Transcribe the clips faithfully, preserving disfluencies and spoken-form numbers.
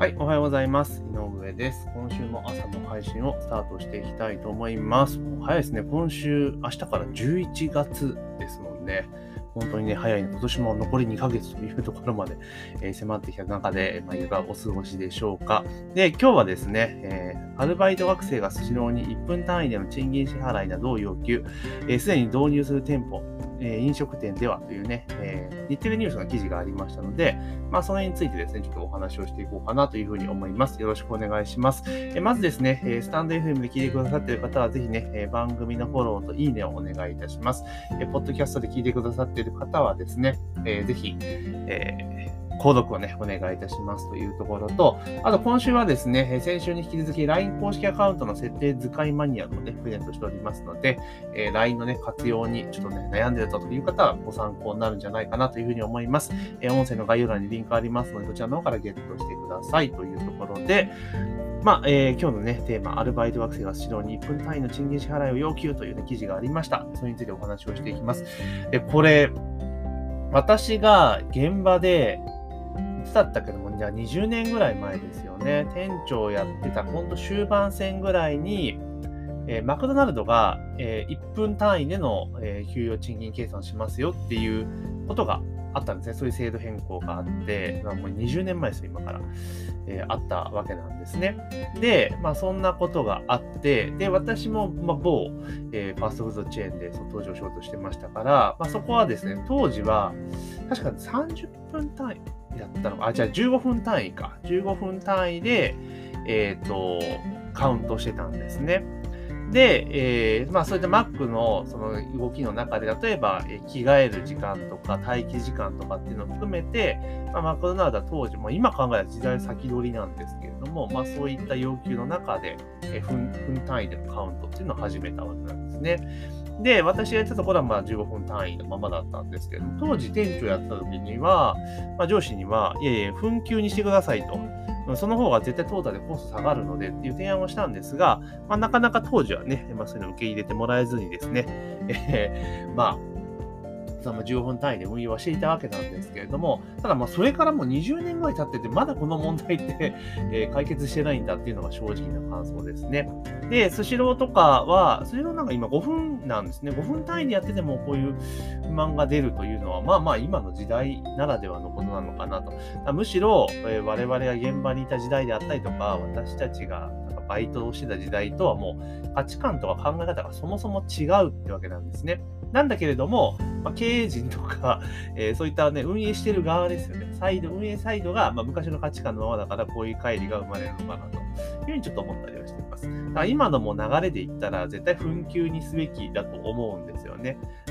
はい、おはようございます。井上です。今週も朝の配信をスタートしていきたいと思います。もう早いですね。今週、明日からじゅういちがつですもんね。本当にね、早いね。今年も残りにかげつというところまで、えー迫ってきた中で、まあ、いかがお過ごしでしょうか。で、今日はですね、えーアルバイト学生がスシローにいっぷん単位での賃金支払いなどを要求、すで、えー既に導入する店舗、えー飲食店ではというね、えー日テレニュースの記事がありましたので、まあ、それについてですね、ちょっとお話をしていこうかなというふうに思います。よろしくお願いします。えーまずですね、えースタンド エフエム で聞いてくださっている方は、ぜひね、えー番組のフォローといいねをお願いいたします。えーポッドキャストで聞いてくださっている方はですね、えーぜひ、えー購読をね、お願いいたしますというところと、あと今週はですね、えー先週に引き続き ライン 公式アカウントの設定使いマニュアルをね、プレゼントしておりますので、えー ライン のね、活用にちょっとね、悩んでいるという方はご参考になるんじゃないかなというふうに思います。えー音声の概要欄にリンクありますので、そちらの方からゲットしてくださいというところで、まあ、えー今日のね、テーマ、アルバイト学生がスシローにいっぷん単位の賃金支払いを要求という、ね、記事がありました。それについてお話をしていきます。で、これ、私が現場で、いつだったけども、じゃあにじゅうねんぐらい前ですよね。店長をやってた、ほんと終盤戦ぐらいに、えーマクドナルドが、えーいっぷん単位での、えー給与賃金計算しますよっていうことがあったんですね。そういう制度変更があって、まあ、もうにじゅうねんまえですよ、今から。えーあったわけなんですね。で、まあそんなことがあって、で、私も、まあ、某、えーファーストフードチェーンでその当時お仕事してましたから、まあそこはですね、当時は、確かさんじゅっぷん単位だったのか、あ、じゃあじゅうごふん単位か。じゅうごふん単位で、えっと、カウントしてたんですね。で、えーまあそういった Mac のその動きの中で、例えば、えー着替える時間とか待機時間とかっていうのを含めて、まあ、マクドナルドは当時、まあ、今考えたら時代先取りなんですけれども、まあそういった要求の中で、えー分、分単位でのカウントっていうのを始めたわけなんですね。で、私がやってたところはまあじゅうごふん単位のままだったんですけれども、当時店長やった時には、まあ、上司には、いやいや、分給にしてくださいと。その方が絶対トータルでコスト下がるのでっていう提案をしたんですが、まあ、なかなか当時はね、まあ、そういうのを受け入れてもらえずにですね、えー、まあ、そのじゅうごふん単位で運用はしていたわけなんですけれども、ただまあそれからもうにじゅうねんぐらい経ってて、まだこの問題って、えー解決してないんだっていうのが正直な感想ですね。で、スシローとかは、スシローなんか今ごふんなんですね。ごふん単位でやっててもこういう不満が出るというのは、まあまあ今の時代ならではのことなのかなと。むしろ、えー我々が現場にいた時代であったりとか、私たちがなんかバイトをしてた時代とはもう価値観とか考え方がそもそも違うってわけなんですね。なんだけれども、まあ、経営陣とか、えーそういったね、運営してる側ですよね。サイド、運営サイドが、まあ、昔の価値観のままだから、こういう乖離が生まれるのかなというふうにちょっと思ったりはしています。だから今のもう流れで言ったら、絶対紛糾にすべきだと思うんですよね。うん。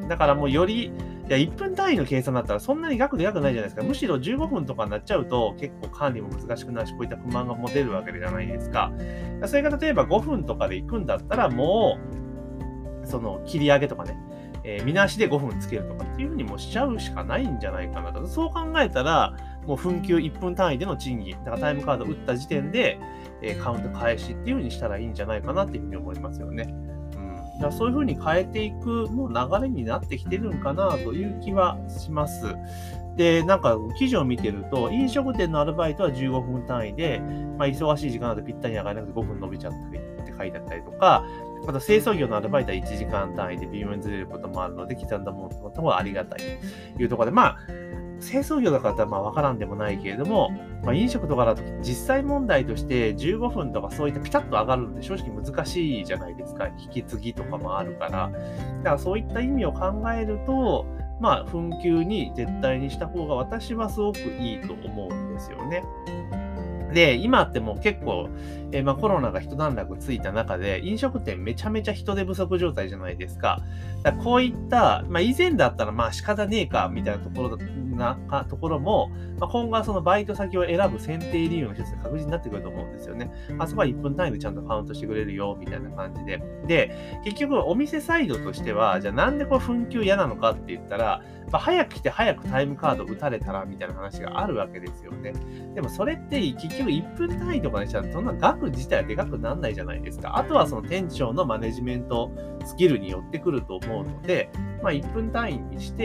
だからもうより、いや、いっぷん単位の計算だったらそんなに額でかくないじゃないですか。むしろじゅうごふんとかになっちゃうと結構管理も難しくなるし、こういった不満が持てるわけじゃないですか。それが例えばごふんとかで行くんだったら、もう、その切り上げとかね、えー、見なしでごふんつけるとかっていうふうにもしちゃうしかないんじゃないかなと。そう考えたら、もう紛糾いっぷん単位での賃金、だからタイムカード打った時点で、えーカウント開始っていうふうにしたらいいんじゃないかなっていうふうに思いますよね。うん。だからそういうふうに変えていく、もう流れになってきてるんかなという気はします。で、なんか記事を見てると、飲食店のアルバイトはじゅうごふん単位で、まあ、忙しい時間だとぴったり上がらなくてごふん伸びちゃったりって書いてあったりとか、あと清掃業のアルバイトはいちじかん単位で微妙にずれることもあるので、刻んだものの方がありがたいというところで、まあ、清掃業だからまあ分からんでもないけれども、まあ、飲食とかだと実際問題としてじゅうごふんとかそういったピタッと上がるので正直難しいじゃないですか。引き継ぎとかもあるから。だからそういった意味を考えると、まあ、紛糾に絶対にした方が私はすごくいいと思うんですよね。で、今ってもう結構、えーまあコロナが一段落ついた中で、飲食店めちゃめちゃ人手不足状態じゃないですか。だからこういった、まあ以前だったらまあ仕方ねえか、みたいなところだなかところも、まあ、今後はそのバイト先を選ぶ選定理由の一つで確実になってくると思うんですよね。あそこはいっぷん単位でちゃんとカウントしてくれるよ、みたいな感じで。で、結局お店サイドとしては、じゃあなんでこう紛糾嫌なのかって言ったら、まあ、早く来て早くタイムカード打たれたら、みたいな話があるわけですよね。でもそれって結局いっぷん単位とかにしたらそんな額自体はでかくなんないじゃないですか。あとはその店長のマネジメントスキルによってくると思うので、まあいっぷん単位にして、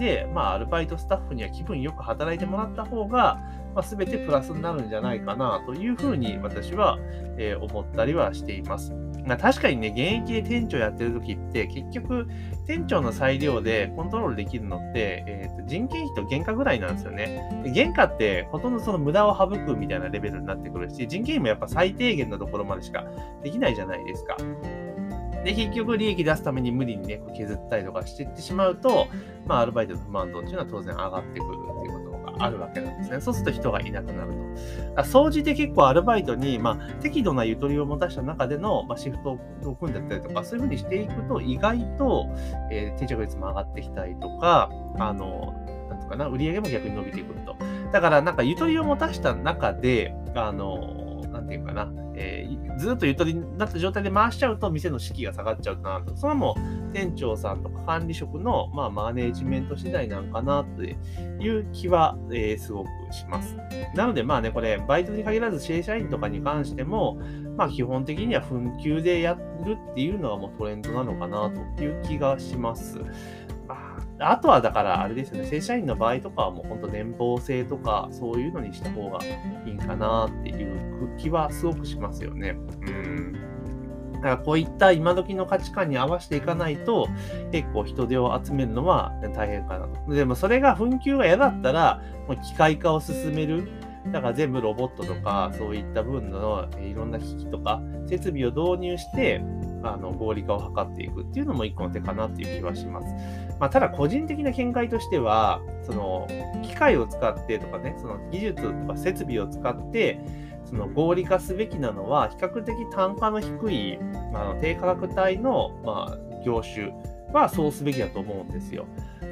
で、まあ、アルバイトスタッフには気分よく働いてもらった方が、まあ、全てプラスになるんじゃないかなというふうに私は、えー、思ったりはしています。まあ、確かにね、現役で店長やってる時って、結局、店長の裁量でコントロールできるのって、えーと、人件費と原価ぐらいなんですよね。で原価ってほとんどその無駄を省くみたいなレベルになってくるし、人件費もやっぱ最低限のところまでしかできないじゃないですか。で、結局利益出すために無理にね、削ったりとかしていってしまうと、まあ、アルバイトの不満度っていうのは当然上がってくるっていうことがあるわけなんですね。そうすると人がいなくなると。総じて結構アルバイトに、まあ、適度なゆとりを持たした中での、まあ、シフトを組んでったりとか、そういうふうにしていくと、意外と、えー、定着率も上がってきたりとか、あの、なんとかな、売り上げも逆に伸びてくると。だから、なんかゆとりを持たした中で、あの、なんていうかな、えー、ずっとゆとりになった状態で回しちゃうと店の士気が下がっちゃうなと。それはもう店長さんとか管理職の、まあ、マネージメント次第なんかなっていう気は、えー、すごくします。なのでまあね、これバイトに限らず正社員とかに関しても、まあ基本的には紛糾でやるっていうのがもうトレンドなのかなという気がします。あとはだからあれですよね、正社員の場合とかはもう本当年俸制とかそういうのにした方がいいかなっていう気はすごくしますよね。うん。だからこういった今時の価値観に合わせていかないと結構人手を集めるのは大変かなと。でもそれが紛糾が嫌だったらもう機械化を進める。だから全部ロボットとかそういった分のいろんな機器とか設備を導入してあの合理化を図っていくっていうのも一個の手かなっていう気はします。まあ、ただ個人的な見解としては、その機械を使ってとかね、その技術とか設備を使ってその合理化すべきなのは比較的単価の低いあの低価格帯の、まあ、業種はそうすべきだと思うんですよ。うん、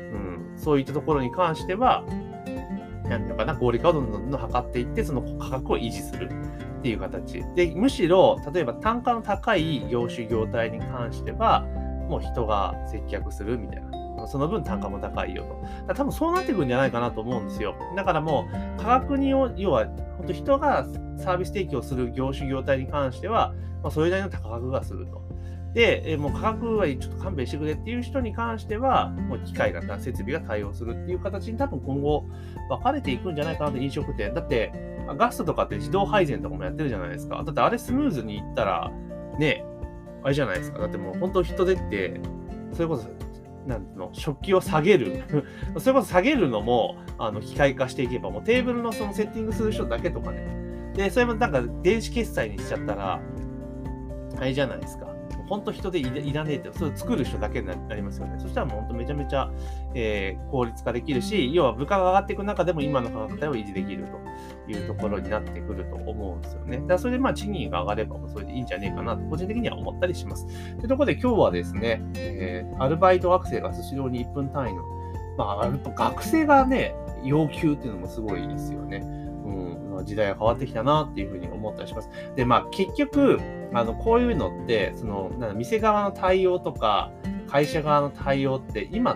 そういったところに関しては、なんていうのかな、合理化をどんどんどんどん測っていって、その価格を維持するっていう形。で、むしろ、例えば単価の高い業種業態に関しては、もう人が接客するみたいな。その分単価も高いよと。多分そうなってくるんじゃないかなと思うんですよ。だからもう、価格に、要は、本当人がサービス提供する業種業態に関しては、まあ、それなりの高額がすると。で、もう価格はちょっと勘弁してくれっていう人に関しては、もう機械が、設備が対応するっていう形に多分今後分かれていくんじゃないかなと、飲食店。だって、ガストとかって自動配膳とかもやってるじゃないですか。だってあれスムーズにいったら、ね、あれじゃないですか。だってもう本当人手って、それこそ、なんていうの、食器を下げる。それこそ下げるのも、あの、機械化していけば、もうテーブルのそのセッティングする人だけとかね。で、それもなんか電子決済にしちゃったら、あれじゃないですか。本当人でいらねえって、それを作る人だけになりますよね。そしたらもう本当めちゃめちゃ、えー、効率化できるし、要は物価が上がっていく中でも今の価格帯を維持できるというところになってくると思うんですよね。だからそれでまあ賃金が上がればそれでいいんじゃねえかなと個人的には思ったりします。というところで今日はですね、えー、アルバイト学生がスシローにいっぷん単位の、まあ学生がね、要求っていうのもすごいですよね。うん、時代が変わってきたなっていうふうに思ったりします。で、まあ結局、あの、こういうのって、その、なんか店側の対応とか、会社側の対応って、今って、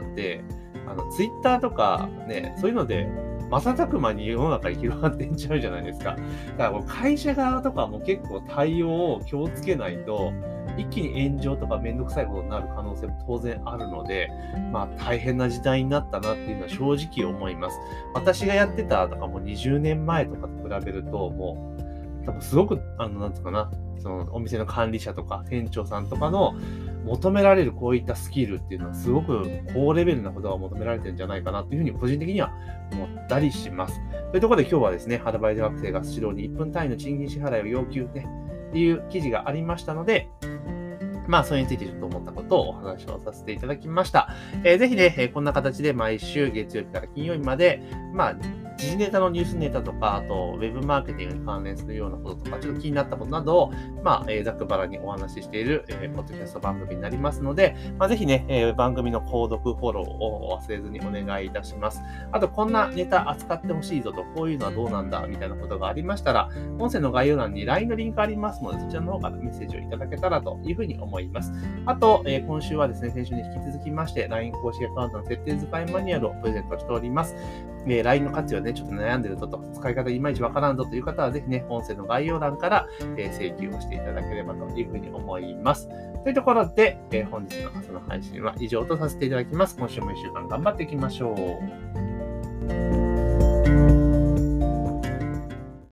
あの、ツイッターとかね、そういうので、瞬く間に世の中に広がっていっちゃうじゃないですか。だから会社側とかも結構対応を気をつけないと、一気に炎上とかめんどくさいことになる可能性も当然あるので、まあ大変な時代になったなっていうのは正直思います。私がやってたとかもうにじゅうねんまえとかと比べると、もう、多分すごく、あの、なんつうかな、そのお店の管理者とか店長さんとかの求められるこういったスキルっていうのはすごく高レベルなことが求められてるんじゃないかなというふうに個人的には思ったりします。というところで今日はですね、アルバイト学生がスシローにいっぷん単位の賃金支払いを要求ね、っていう記事がありましたので、まあ、それについてちょっと思ったことをお話をさせていただきました。えー、ぜひね、えー、こんな形で毎週月曜日から金曜日まで、まあ、時事ネタのニュースネタとか、あと、ウェブマーケティングに関連するようなこととか、ちょっと気になったことなどを、まあ、えー、ざっくばらにお話ししている、えー、ポッドキャスト番組になりますので、まあ、ぜひね、えー、番組の購読、フォローを忘れずにお願いいたします。あと、こんなネタ扱ってほしいぞと、こういうのはどうなんだ、みたいなことがありましたら、音声の概要欄に ライン のリンクありますので、そちらの方からメッセージをいただけたらというふうに思います。あと、えー、今週はですね、先週に引き続きまして、ライン 公式アカウントの設定使いマニュアルをプレゼントしております。 えー ライン の活用で、ね、ちょっと悩んでるぞと、使い方いまいちわからんぞという方は、ぜひね、音声の概要欄から、えー請求をしていただければというふうに思います。というところで、えー本日の朝の配信は以上とさせていただきます。今週もいっしゅうかん頑張っていきましょう。